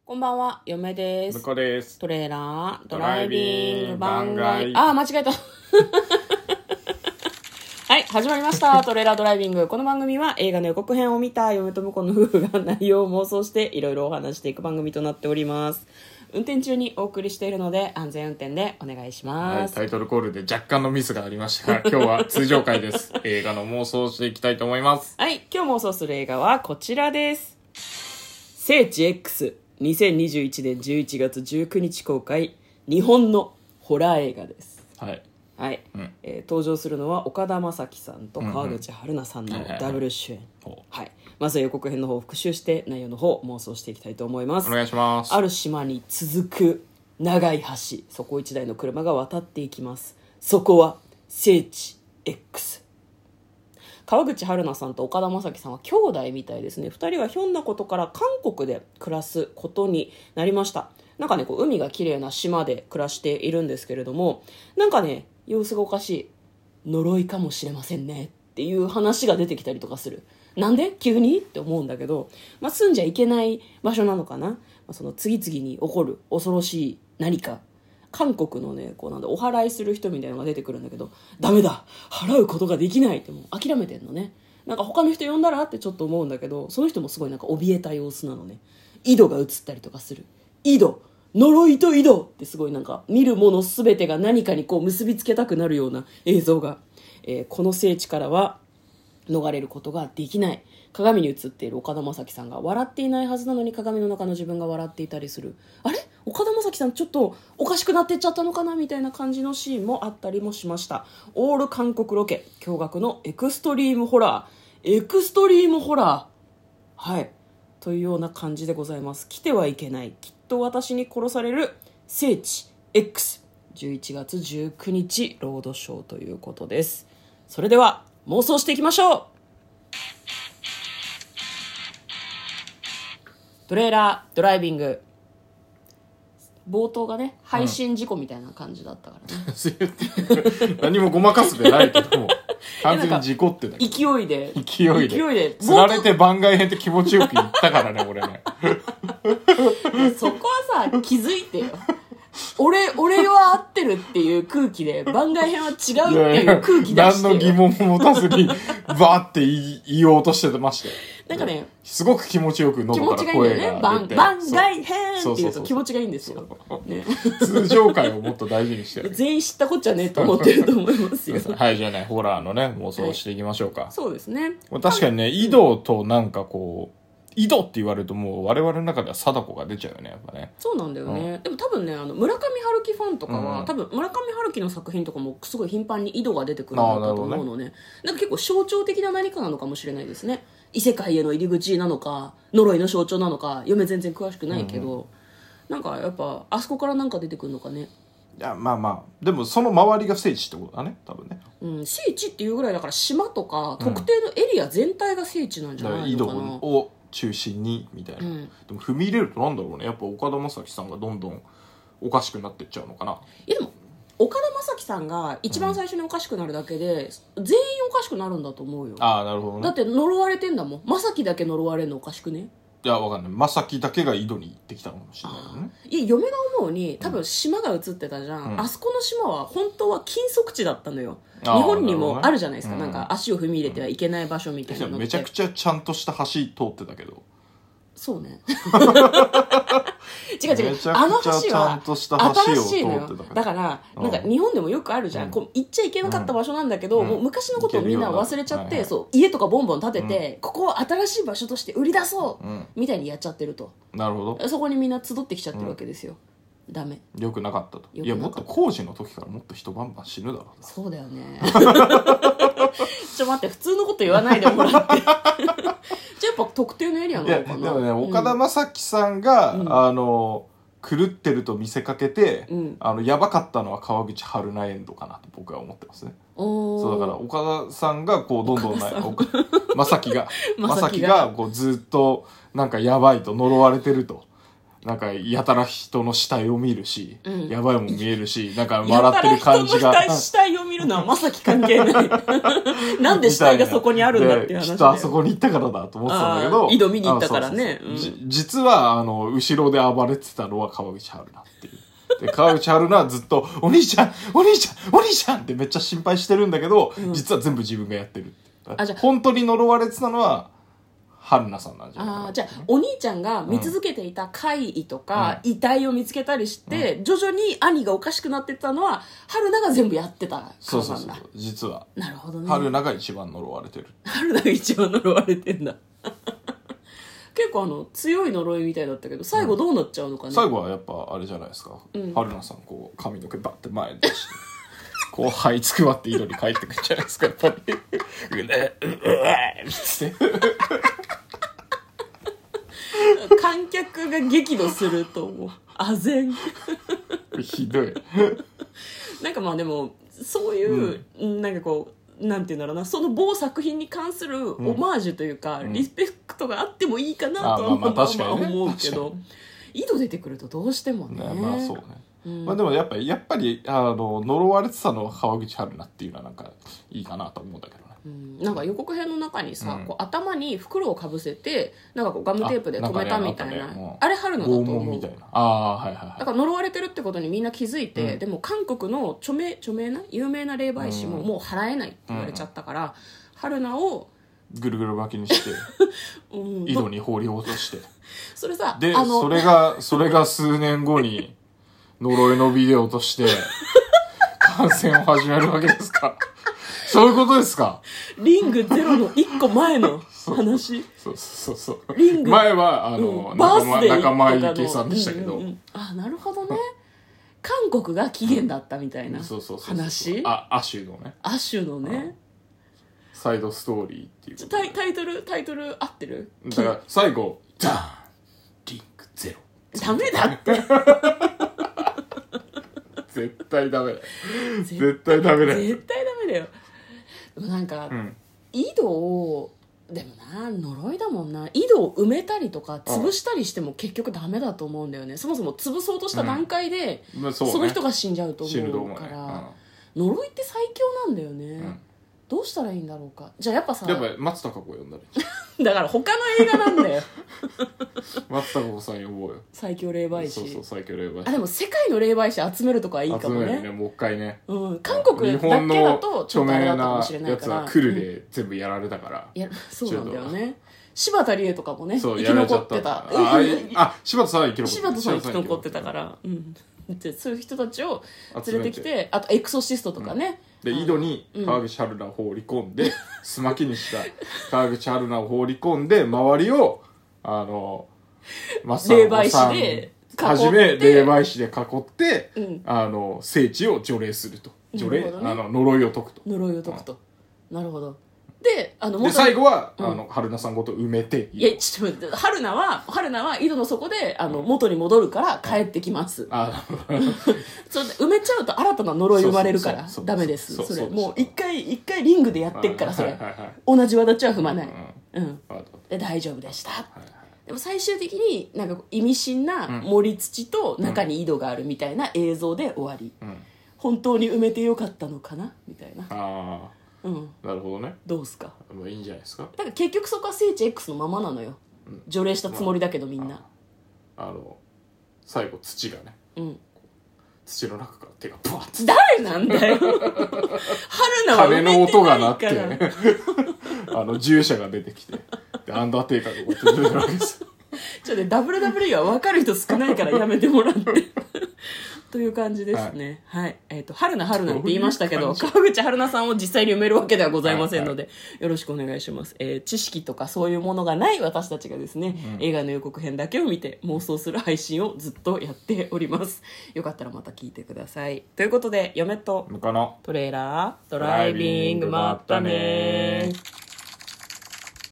こんばんは、嫁です。 向こうです。 トレーラードライビング番ドライビン外。 グ番外間違えた。はい、始まりました。トレーラードライビング。この番組は映画の予告編を見た嫁と婿の夫婦が内容を妄想していろいろお話していく番組となっております。運転中にお送りしているので安全運転でお願いします。 タイトルコールで若干のミスがありましたが、今日は通常回です。映画の妄想をしていきたいと思います。 はい、今日妄想する映画はこちらです。聖地 X。2021年11月19日公開、日本のホラー映画です。 はい。 はい。登場するのは岡田将生さんと川口春奈さんのダブル主演。はい。まずは予告編の方を復習して内容の方を妄想していきたいと思います。 お願いします。 ある島に続く長い橋、そこを一台の車が渡っていきます。そこは聖地 X。川口春奈さんと岡田将生さんは兄弟みたいですね。2人はひょんなことから韓国で暮らすことになりました。なんかね、こう海が綺麗な島で暮らしているんですけれども、なんかね、様子がおかしい。呪いかもしれませんねっていう話が出てきたりとかする。なんで急にって思うんだけど、住んじゃいけない場所なのかな。その次々に起こる恐ろしい何か。韓国のね、こうなんだ、お祓いする人みたいなのが出てくるんだけど、ダメだ、払うことができないってもう諦めてんのね。なんか他の人呼んだらってちょっと思うんだけど、その人もすごいなんか怯えた様子なのね。井戸が映ったりとかする。井戸、呪いと井戸ってすごいなんか見るもの全てが何かにこう結びつけたくなるような映像が、この聖地からは逃れることができない。鏡に映っている岡田将生さんが笑っていないはずなのに鏡の中の自分が笑っていたりする。あれ、岡田将生さんちょっとおかしくなってっちゃったのかなみたいな感じのシーンもあったりもしました。オール韓国ロケ、驚愕のエクストリームホラー。エクストリームホラー、はいというような感じでございます。来てはいけない、きっと私に殺される聖地 X、 11月19日ロードショーということです。それでは妄想していきましょう。トレーラードライビング。冒頭がね、配信事故みたいな感じだったからね、 何もごまかすでないけども、完全に事故ってたけど。 勢いで釣られて番外編って気持ちよく言ったからね、俺ね。 そこはさ、気づいてよ。俺は合ってるっていう空気で番外編は違うっていう空気出してよ。 何の疑問も持たずにバーって言おうとしてましたよ。 なんかね、 すごく気持ちよく喉から声が出て、 番外編っていうと気持ちがいいんですよ、ね、 通常回をもっと大事にしてる。 全員知ったこっちゃねえと思ってると思いますよ。 はい、じゃあね、ホラーのね妄想をしていきましょうか。 そうですね。 確かにね、井戸となんかこう井戸って言われるともう我々の中では貞子が出ちゃうよね、やっぱね。 そうなんだよね、でも多分ね、村上春樹ファンとかは、多分村上春樹の作品とかもすごい頻繁に井戸が出てくるんだと思うのね。なんか結構象徴的な何かなのかもしれないですね。異世界への入り口なのか呪いの象徴なのか、嫁全然詳しくないけど、なんかやっぱあそこからなんか出てくるのかね。 いや、まあでもその周りが聖地ってことだね、多分ね。 聖地っていうぐらいだから島とか特定のエリア全体が聖地なんじゃないのかな、 井戸を中心にみたいな、でも踏み入れるとなんだろうね、やっぱ岡田将生さんがどんどんおかしくなってっちゃうのかな。 いやでも岡田将生さんが一番最初におかしくなるだけで、全員おかしくなるんだと思うよ。 ああ、なるほどね。 だって呪われてんだもん。将生だけ呪われるのおかしくね。 いや、わかんない。将生だけが井戸に行ってきたのかもしれないけどね。 いや、嫁が思うに多分島が映ってたじゃん、あそこの島は本当は禁足地だったのよ。日本にもあるじゃないですか、なんか足を踏み入れてはいけない場所みたいなのって。 めちゃくちゃちゃんとした橋通ってたけど。 そうね。違う、あの橋は新しいのよ。だから、なんか日本でもよくあるじゃん、こう行っちゃいけなかった場所なんだけど、もう昔のことをみんな忘れちゃって、そう家とかボンボン建てて、ここを新しい場所として売り出そうみたいにやっちゃってると。 なるほど。 そこにみんな集ってきちゃってるわけですよ。ダメ。 よくなかったと。いや、もっと工事の時からもっと人バンバン死ぬだろうな。 そうだよね。ちょ待って、普通のこと言わないでもらって。じゃあやっぱ特定のエリアなのかな。 いやでもね、岡田将生さんが、狂ってると見せかけて、やばかったのは川口春奈エンドかなと僕は思ってますね。そうだから岡田さんがこうどんどん将生がこうずっとなんかやばいと呪われてると。なんかやたら人の死体を見るし、やばいもん見えるし、なんか笑ってる感じが、 死体を見るのはまさき関係ないなんで死体がそこにあるんだっていう話きっとあそこに行ったからだと思ってたんだけど、 井戸見に行ったからね。 実は後ろで暴れてたのは川口春奈っていう。で川口春奈はずっと「お兄ちゃんお兄ちゃんお兄ちゃん」ってめっちゃ心配してるんだけど、実は全部自分がやってるって。本当に呪われてたのは春菜さんなんじゃないかな。 じゃあお兄ちゃんが見続けていた怪異とか、遺体を見つけたりして、徐々に兄がおかしくなってったのは春菜が全部やってたからなんだ。 そう実はなるほどね。 春菜が一番呪われてる。 春菜が一番呪われてんだ結構強い呪いみたいだったけど最後どうなっちゃうのかね。 最後はやっぱあれじゃないですか、春菜さんこう髪の毛バッて前に出してこう這いつくばって井戸に帰ってくるじゃないですか、やっぱりうねうえって観客が激怒すると思う。あぜんひどいなんかまあでもそういう、なんかこうなんていうんだろうな、その某作品に関するオマージュというか、リスペクトがあってもいいかなとは思うけど、井戸出てくるとどうしてもね。 まあそうね、まあでもやっぱり呪われてたのは川口春奈っていうのはなんかいいかなと思うんだけどね。 なんか予告編の中にさ、こう頭に袋をかぶせてなんかこうガムテープで留めたみたいな、あれ春菜だと思う。拷問みたいな。 はいはい。 だから呪われてるってことにみんな気づいて、でも韓国の著名な有名な霊媒師ももう払えないって言われちゃったから、春菜をぐるぐる巻きにして井戸に放り落としてそれさでそれが数年後に呪いのビデオとして感染を始めるわけですかそういうことですか。 リングゼロの1個前の話。 そうリング前は仲間由紀恵さんでしたけど、 なるほどね。韓国が起源だったみたいな話。 アシュのねサイドストーリーっていうタイトル合ってる。 だから最後ダーンリングゼロダメだって絶対ダメだよ絶対ダメだよ。でもなんか、井戸をでもな呪いだもんな。井戸を埋めたりとか潰したりしても結局ダメだと思うんだよね。そもそも潰そうとした段階で、その人が死んじゃうと思うから、呪いって最強なんだよね。どうしたらいいんだろうか。じゃあやっぱ松たか子呼んだらだから他の映画なんだよ松たか子さん呼ぼうよ。 最強霊媒師。 そう最強霊媒師。 でも世界の霊媒師集めるとかはいいかもね。 集めるね、もう一回ね。 韓国だけだとちょっとあれだったかもしれないから。 日本の著名なやつはクルで全部やられたから。 そうなんだよね。柴田理恵とかもね生き残ってた。 柴田さんは生き残ってたから、そういう人たちを連れてきて、あとエクソシストとかね。 で井戸に川口春奈を放り込んで、すまきにした川口春奈を放り込んで、周りを霊媒師ではじめ霊媒師で囲って、聖地を除霊すると。呪いを解くと。 なるほど。 で最後は春菜さんごと埋めて。 いやちょっと待って、春菜は井戸の底で元に戻るから帰ってきます。それで埋めちゃうと新たな呪い生まれるからダメです。それもう一回リングでやってっから、それ同じ轍は踏まない。で大丈夫でした。でも最終的になんか意味深な森土と中に井戸があるみたいな映像で終わり。本当に埋めてよかったのかなみたいな。 なるほどね。 どうすか。 いいんじゃないですか。 だから結局そこは聖地 X のままなのよ。除霊したつもりだけどみんな。 最後土がね。土の中から手がブワッて。 誰なんだよ。春菜は埋めてないから。鐘の音が鳴って従者が出てきて、でアンダーテイカーがこうやって出てるわけですよ。 ちょっとWWE は分かる人少ないからやめてもらってという感じですね。はい。春菜って言いましたけど、川口春奈さんを実際に埋めるわけではございませんので、よろしくお願いします。知識とかそういうものがない私たちがですね、映画の予告編だけを見て妄想する配信をずっとやっております。よかったらまた聞いてください。ということで、嫁とトレーラードライビング、まったねー。